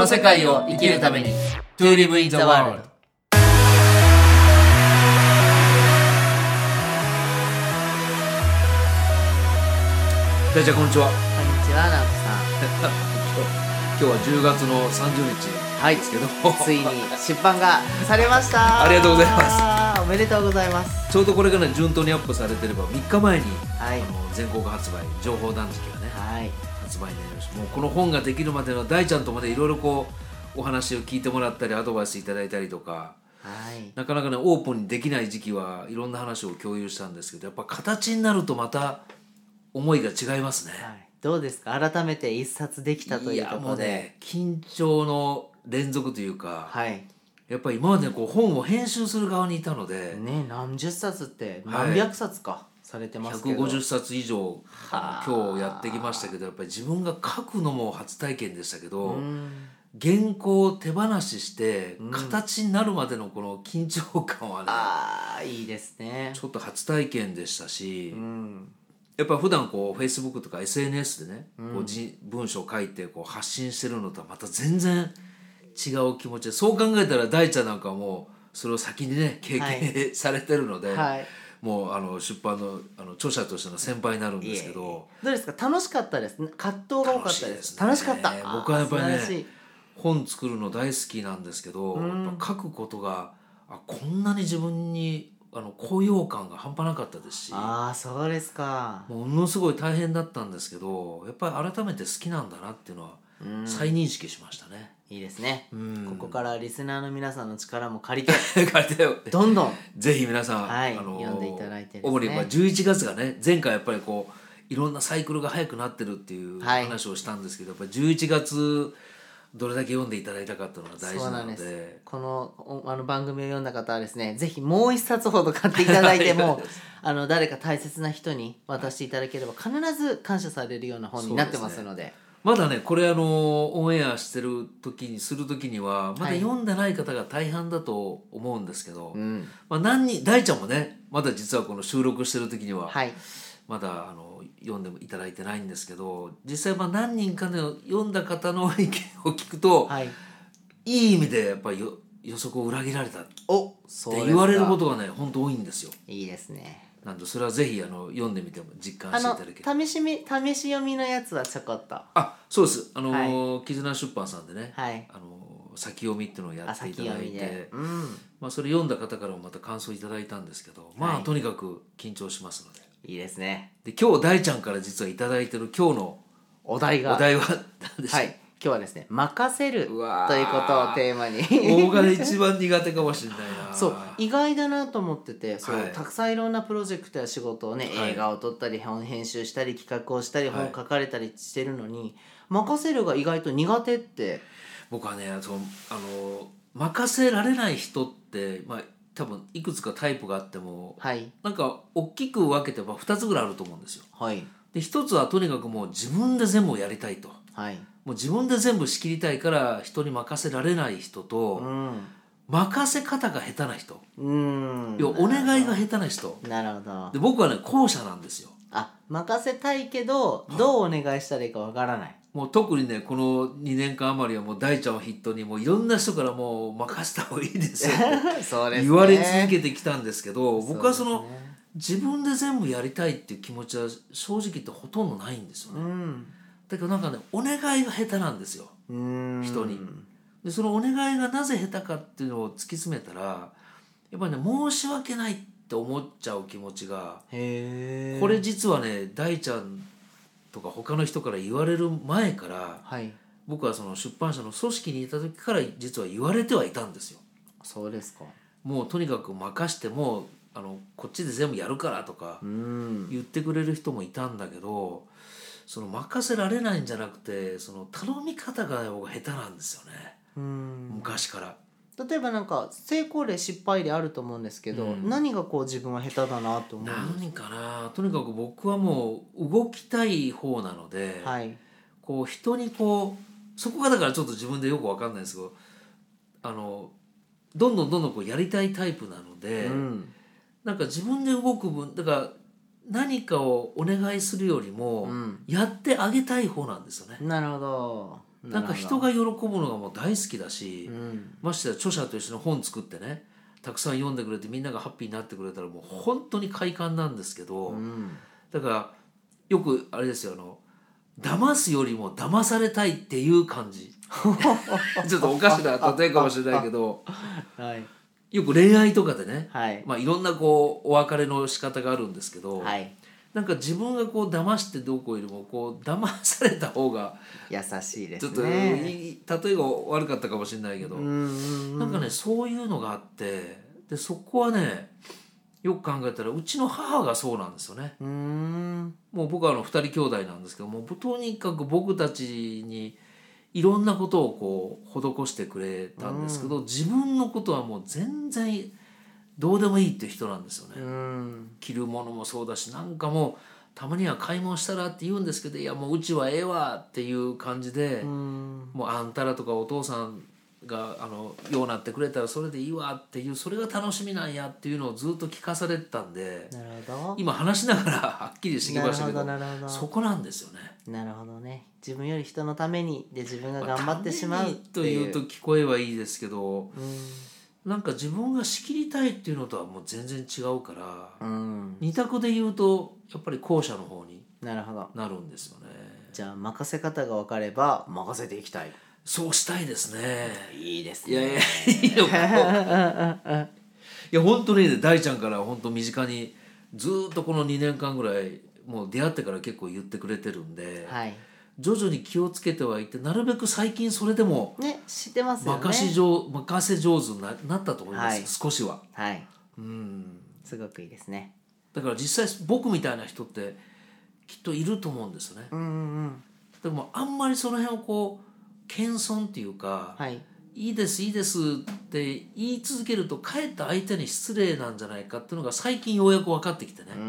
世界を生きるために To live in the world。 大ちゃんこんにちは。 こんにちは、直樹さん。 今日は10月の30日ですけど、 ついに出版がされましたありがとうございます。 おめでとうございます。 ちょうどこれがね順当にアップされてれば3日前に、 はい、 全国発売情報断食がね、 はい、 発売になりました。もうこの本ができるまでの大ちゃんともねいろいろこうお話を聞いてもらったりアドバイスいただいたりとか、 はい、 なかなかねオープンにできない時期はいろんな話を共有したんですけど、やっぱ形になるとまた思いが違いますね。 はい、どうですか、改めて一冊できたということで。 いやもうね緊張の連続というか、 はい、 やっぱり今までこう本を編集する側にいたので、 ね、何十冊って何百冊か、されてますけど 150冊以上今日やってきましたけど、やっぱり自分が書くのも初体験でしたけど、原稿を手放しして形になるまでのこの緊張感はね、 いいですね。 ちょっと初体験でしたし、やっぱ普段こう Facebook とか SNS でね、こう文章を書いてこう発信してるのとはまた全然違う気持ちで、そう考えたら大ちゃんなんかもうそれを先にね経験、されてるので、もう出版の著者としての先輩になるんですけど、 どうですか、楽しかったです。葛藤が多かったです。楽しかった。 僕はやっぱりね本作るの大好きなんですけど、やっぱ書くことがこんなに自分に高揚感が半端なかったですし、 そうですか。 ものすごい大変だったんですけど、やっぱり改めて好きなんだなっていうのは再認識しましたね。 いいですね。ここからリスナーの皆さんの力も借りてどんどんぜひ皆さん、 読んでいただいてですね。 主に11月がね、前回やっぱりこういろんなサイクルが早くなってるっていう話をしたんですけど、やっぱり11月どれだけ読んでいただいたかっていうのが大事なので、 この番組を読んだ方はですね、ぜひもう一冊ほど買っていただいても誰か大切な人に渡していただければ必ず感謝されるような本になってますので、 まだねこれオンエアしてる時にはまだ読んでない方が大半だと思うんですけど、大ちゃんもねまだ実はこの収録してる時にはまだ読んでいただいてないんですけど、実際何人かの読んだ方の意見を聞くと、いい意味でやっぱり予測を裏切られたって言われることがね本当多いんですよ。 いいですね。 なんでそれはぜひ読んでみても実感していただける。 試し読みのやつはちょこっと。 そうです。絆出版さんでね、先読みっていうのをやっていただいて、それ読んだ方からもまた感想いただいたんですけど、とにかく緊張しますので。 いいですね。 で今日大ちゃんから実はいただいてる今日のお題は何でしょう。 今日はですね、任せるということをテーマに僕が一番苦手かもしれないな。 そう意外だなと思ってて、たくさんいろんなプロジェクトや仕事をね、映画を撮ったり本編集したり企画をしたり本書かれたりしてるのに、任せるが意外と苦手って。 僕はね任せられない人って多分いくつかタイプがあっても、なんか大きく分けて2つぐらいあると思うんですよ。で1つはとにかくもう自分で全部やりたいと、もう自分で全部仕切りたいから人に任せられない人と、任せ方が下手な人、お願いが下手な人。 なるほど。 で僕はね後者なんですよ。 任せたいけどどうお願いしたらいいかわからない。 もう特にねこの2年間余りはもう大ちゃんを筆頭にもういろんな人からもう任せた方がいいですよって言われ続けてきたんですけど、僕は自分で全部やりたいっていう気持ちは正直言ってほとんどないんですよね。だけどなんかねお願いが下手なんですよ、人に。でそのお願いがなぜ下手かっていうのを突き詰めたら、やっぱりね申し訳ないって思っちゃう気持ちが、これ実はね大ちゃんとか他の人から言われる前から、僕はその出版社の組織にいた時から実は言われてはいたんですよ。 そうですか。 もうとにかく任してもこっちで全部やるからとか言ってくれる人もいたんだけど、その任せられないんじゃなくてその頼み方が僕下手なんですよね、昔から。 例えばなんか成功例失敗例あると思うんですけど、何がこう自分は下手だなと思うんですか？ 何かな、とにかく僕はもう動きたい方なので、こう人にそこがだからちょっと自分でよく分かんないんですけど、どんどんこうやりたいタイプなので、なんか自分で動く分だから何かをお願いするよりも、やってあげたい方なんですよね。 なるほど。 なんか人が喜ぶのがもう大好きだし、ましてや著者と一緒に本作ってねたくさん読んでくれてみんながハッピーになってくれたらもう本当に快感なんですけど、だからよくあれですよ騙すよりも騙されたいっていう感じちょっとおかしな例えかもしれないけど、はい、よく恋愛とかでね、いろんなお別れの仕方があるんですけど、なんか自分が騙してどうこうよりも騙された方が優しいですね。 ちょっと例えが悪かったかもしれないけど、なんかねそういうのがあって、でそこはねよく考えたらうちの母がそうなんですよね。もう僕は2人兄弟なんですけども、とにかく僕たちにいろんなことを施してくれたんですけど、自分のことはもう全然どうでもいいっていう人なんですよね。着るものもそうだし、なんかもうたまには買い物したらって言うんですけど、いやもううちはええわっていう感じで、もうあんたらとかお父さんがようなってくれたらそれでいいわっていう、それが楽しみなんやっていうのをずっと聞かされてたんで、 なるほど、 今話しながらはっきりしてきましたけど、そこなんですよね。 なるほどね。自分より人のためにで自分が頑張ってしまうっていう、 というと聞こえはいいですけど、なんか自分が仕切りたいっていうのとはもう全然違うから、二択で言うとやっぱり後者の方になるんですよね。 じゃあ任せ方が分かれば任せていきたい。 そうしたいですね。 いいですね。 いや本当にね、大ちゃんから本当身近にずっとこの2年間ぐらいもう出会ってから結構言ってくれてるんで、徐々に気をつけてはいて、なるべく最近それでもね、知ってますよね。 任せ上手になったと思います、少しは。 すごくいいですね。 だから実際僕みたいな人ってきっといると思うんですよね。でもあんまりその辺を謙遜っていうか、いいですいいですって言い続けるとかえって相手に失礼なんじゃないかっていうのが最近ようやく分かってきてね。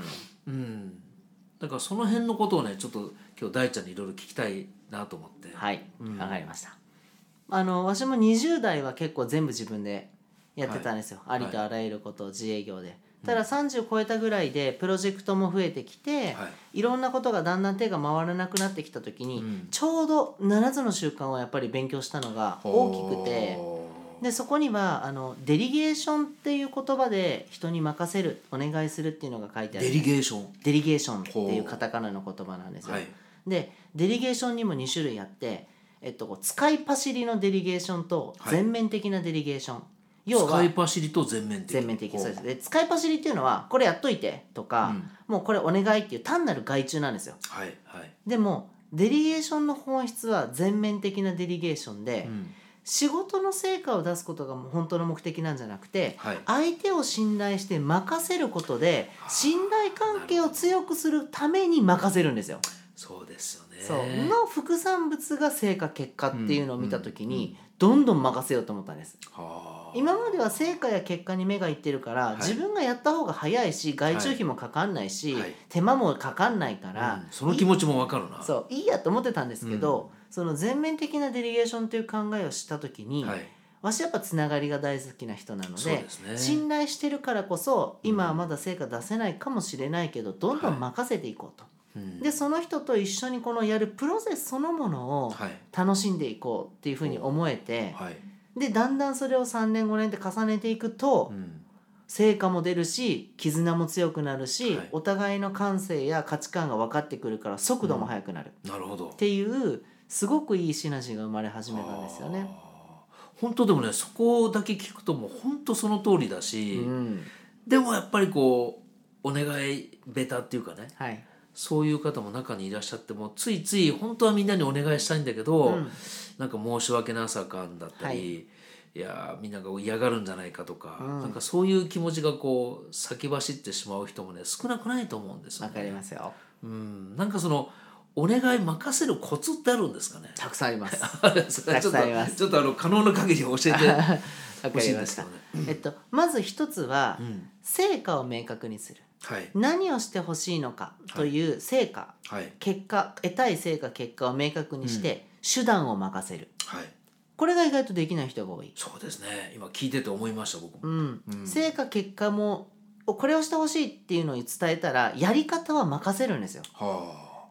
だからその辺のことをねちょっと今日大ちゃんにいろいろ聞きたいなと思って。 わかりました。私も20代は結構全部自分でやってたんですよ、ありとあらゆることを自営業で。ただ30超えたぐらいでプロジェクトも増えてきて、いろんなことがだんだん手が回らなくなってきた時に、ちょうど7つの習慣をやっぱり勉強したのが大きくて、でそこにはデリゲーションっていう言葉で人に任せる、お願いするっていうのが書いてある。 デリゲーションっていうカタカナの言葉なんですよ。でデリゲーションにも2種類あって、使いっ走りのデリゲーションと全面的なデリゲーション、要は使い走りと全面的、そうです。で使い走りっていうのはこれやっといてとか、もうこれお願いっていう単なる外注なんですよ。でもデリゲーションの本質は全面的なデリゲーションで、仕事の成果を出すことが本当の目的なんじゃなくて、相手を信頼して任せることで信頼関係を強くするために任せるんですよ。 そうですよね。 そうの副産物が成果結果っていうのを見た時に、どんどん任せようと思ったんです。今までは成果や結果に目がいってるから、自分がやった方が早いし外注費もかかんないし、手間もかかんないから、 その気持ちも分かるな。 そういいやと思ってたんですけど、その全面的なデリゲーションという考えをした時に、わしやっぱつながりが大好きな人なので、信頼してるからこそ今はまだ成果出せないかもしれないけど、どんどん任せていこうと。でその人と一緒にこのやるプロセスそのものを楽しんでいこうっていうふうに思えて、でだんだんそれを3年5年って重ねていくと、成果も出るし絆も強くなるし、お互いの感性や価値観が分かってくるから速度も速くなる、っていうすごくいいシナジーが生まれ始めたんですよね。 本当でもね、そこだけ聞くともう本当その通りだし、でもやっぱりお願いベタっていうかね、そういう方も中にいらっしゃって、もついつい本当はみんなにお願いしたいんだけど、なんか申し訳なさ感だったり、いやみんなが嫌がるんじゃないかとか、なんかそういう気持ちが先走ってしまう人もね少なくないと思うんですよね。 わかりますよ。 なんかそのお願い任せるコツってあるんですかね。 たくさんあります。 ちょっと可能な限り教えてほしいんですけどね。 まず一つは、成果を明確にする。何をしてほしいのかという成果、結果、得たい成果結果を明確にして、手段を任せる、これが意外とできない人が多い。 そうですね、今聞いてて思いました僕も。 成果結果もこれをしてほしいっていうのを伝えたらやり方は任せるんですよ。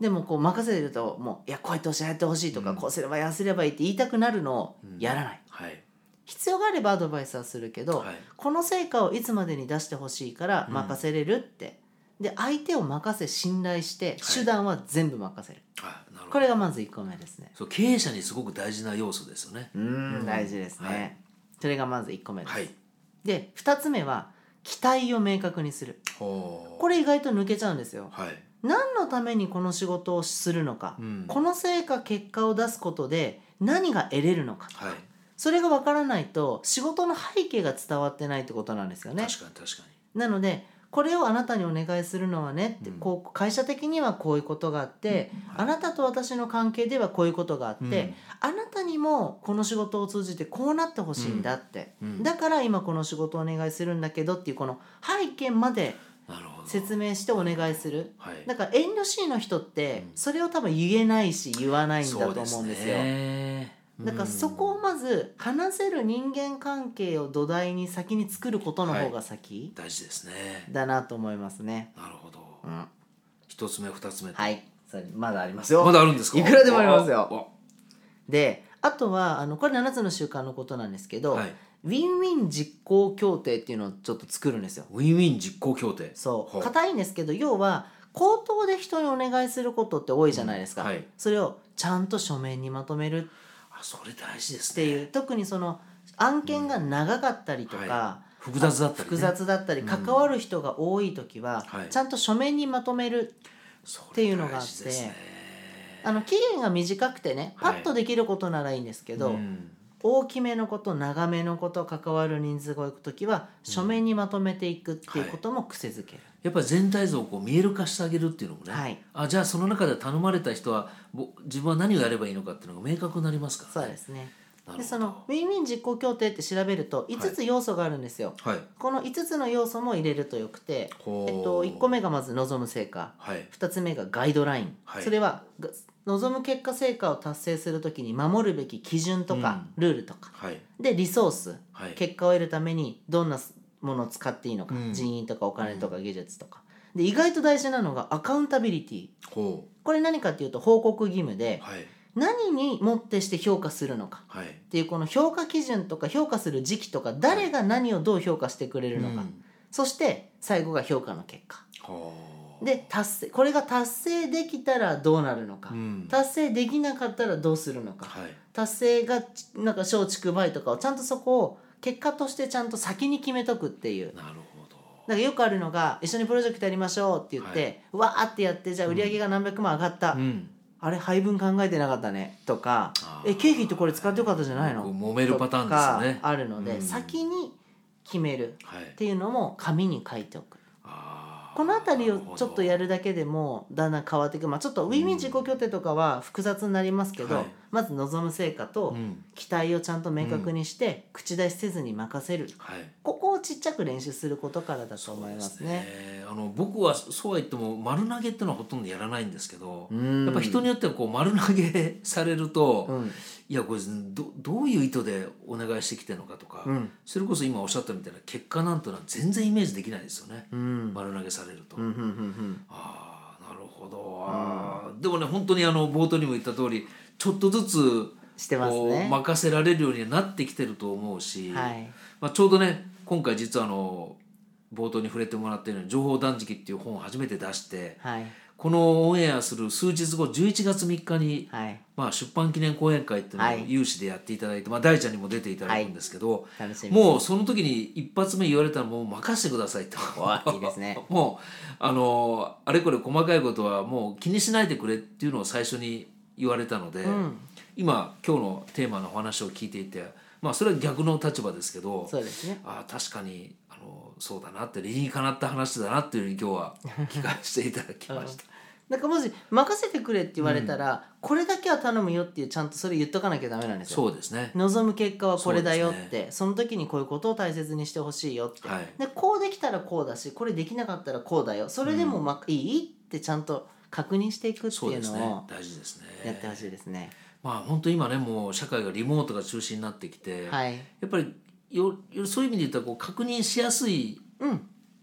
でもこう任せるともういやこうやってほしいやってほしいとか、こうすればやすればいいって言いたくなるのをやらない、必要があればアドバイスはするけど、この成果をいつまでに出してほしいから任せれるって、で相手を任せ信頼して手段は全部任せる、これがまず1個目ですね。 そう経営者にすごく大事な要素ですよね。 大事ですね、それがまず1個目です、で2つ目は期待を明確にする。これ意外と抜けちゃうんですよ、何のためにこの仕事をするのか、この成果結果を出すことで何が得れるのかとか、それが分からないと仕事の背景が伝わってないってことなんですよね。 確かになのでこれをあなたにお願いするのはねって、こう会社的にはこういうことがあって、あなたと私の関係ではこういうことがあって、あなたにもこの仕事を通じてこうなってほしいんだって、だから今この仕事をお願いするんだけどっていうこの背景まで説明してお願いする、だから遠慮しいの人ってそれを多分言えないし言わないんだと思うんですよ。だからそこをまず話せる人間関係を土台に先に作ることの方が先、 大事ですね。 だなと思いますね。 なるほど、一つ目二つ目それまだありますよ。 まだあるんですか。 いくらでもありますよ。であとはこれ7つの習慣のことなんですけど、ウィンウィン実行協定っていうのをちょっと作るんですよ。 ウィンウィン実行協定、 そう硬いんですけど、要は口頭で人にお願いすることって多いじゃないですか、それをちゃんと書面にまとめるそれ大事ですっていう、特にその案件が長かったりとか、 複雑だったり、 関わる人が多い時は、ちゃんと書面にまとめるっていうのがあって、期限が短くてねパッとできることならいいんですけど、大きめのこと長めのこと関わる人数が多い時は書面にまとめていくっていうことも癖づける、 やっぱり全体像をこう見える化してあげるっていうのもね、じゃあその中で頼まれた人は自分は何をやればいいのかっていうのが明確になりますからね。 そうですね。でそのウィンウィン実行協定って調べると5つ要素があるんですよ、この5つの要素も入れるとよくて、1個目がまず望む成果、2つ目がガイドライン、それは望む結果成果を達成するときに守るべき基準とか、ルールとか、でリソース、結果を得るためにどんなものを使っていいのか、人員とかお金とか技術とか、で意外と大事なのがアカウンタビリティ、これ何かっていうと報告義務で、何にもってして評価するのかっていうこの評価基準とか評価する時期とか、誰が何をどう評価してくれるのか、そして最後が評価の結果でこれが達成できたらどうなるのか、達成できなかったらどうするのか、達成がなんか松竹梅とかをちゃんとそこを結果としてちゃんと先に決めとくっていう。 なるほど。 だからよくあるのが一緒にプロジェクトやりましょうって言って、わーってやって、じゃあ売り上げが何百万上がった、あれ配分考えてなかったねとか、経費ってこれ使ってよかったじゃないの揉めるパターンですよね。 あるので、先に決めるっていうのも紙に書いておく、この辺りをちょっとやるだけでもだんだん変わっていく。ちょっとウィンウィン自己協定とかは複雑になりますけど、まず望む成果と期待をちゃんと明確にして、口出しせずに任せる、ここをちっちゃく練習することからだと思いますね。 僕はそうは言っても丸投げっていうのはほとんどやらないんですけど、やっぱ人によってはこう丸投げされると、いやこれどういう意図でお願いしてきてるのかとか、それこそ今おっしゃったみたいな結果なんてのは全然イメージできないですよね、丸投げされると。なるほど。でもね本当に冒頭にも言った通りちょっとずつしてますね、 任せられるようになってきてると思うし、ちょうどね今回実は冒頭に触れてもらったように情報断食っていう本を初めて出して、このオンエアする数日後11月3日に、出版記念講演会っていうのを有志でやっていただいて、大ちゃんにも出ていただくんですけど、もうその時に一発目言われたらもう任せてくださいといいですねもうあれこれ細かいことはもう気にしないでくれっていうのを最初に言われたので、今日のテーマのお話を聞いていて、それは逆の立場ですけど、 そうですね、 確かにそうだなって理にかなった話だなっていうふうに今日は聞かせていただきましたなんかもし任せてくれって言われたら、これだけは頼むよっていうちゃんとそれ言っとかなきゃダメなんですよ。 そうですね。 望む結果はこれだよって、その時にこういうことを大切にしてほしいよって、でこうできたらこうだし、これできなかったらこうだよ、それでもいいってちゃんと確認していくっていうのを大事ですね。 やってほしいですね。 本当今ねもう社会がリモートが中心になってきて、やっぱりそういう意味で言ったらこう確認しやすい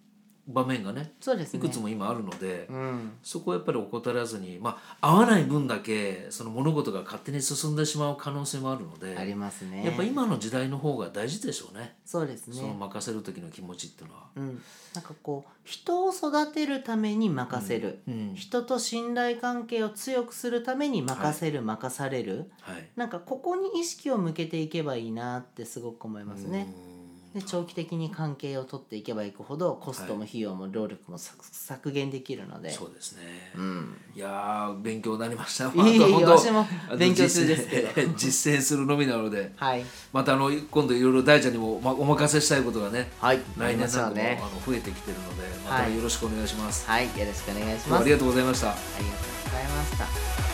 場面がね、 そうですね、 いくつも今あるので、 うん、 そこはやっぱり怠らずに、合わない分だけその物事が勝手に進んでしまう可能性もあるので、 ありますね。 やっぱ今の時代の方が大事でしょうね。 そうですね。 その任せる時の気持ちっていうのは、 なんかこう人を育てるために任せる、 うん人と信頼関係を強くするために任せる、 はい、 任される、 はい、 なんかここに意識を向けていけばいいなってすごく思いますね。で長期的に関係を取っていけばいくほどコストも費用も労力も削減できるので、 そうですね、いやー勉強になりました。 私も勉強中ですけど実践するのみなので、 はい、 また今度いろいろ大ちゃんにもお任せしたいことがね、 はい、 来年なんかも増えてきてるので、またよろしくお願いします。 はい、よろしくお願いします。 ありがとうございました。 ありがとうございました。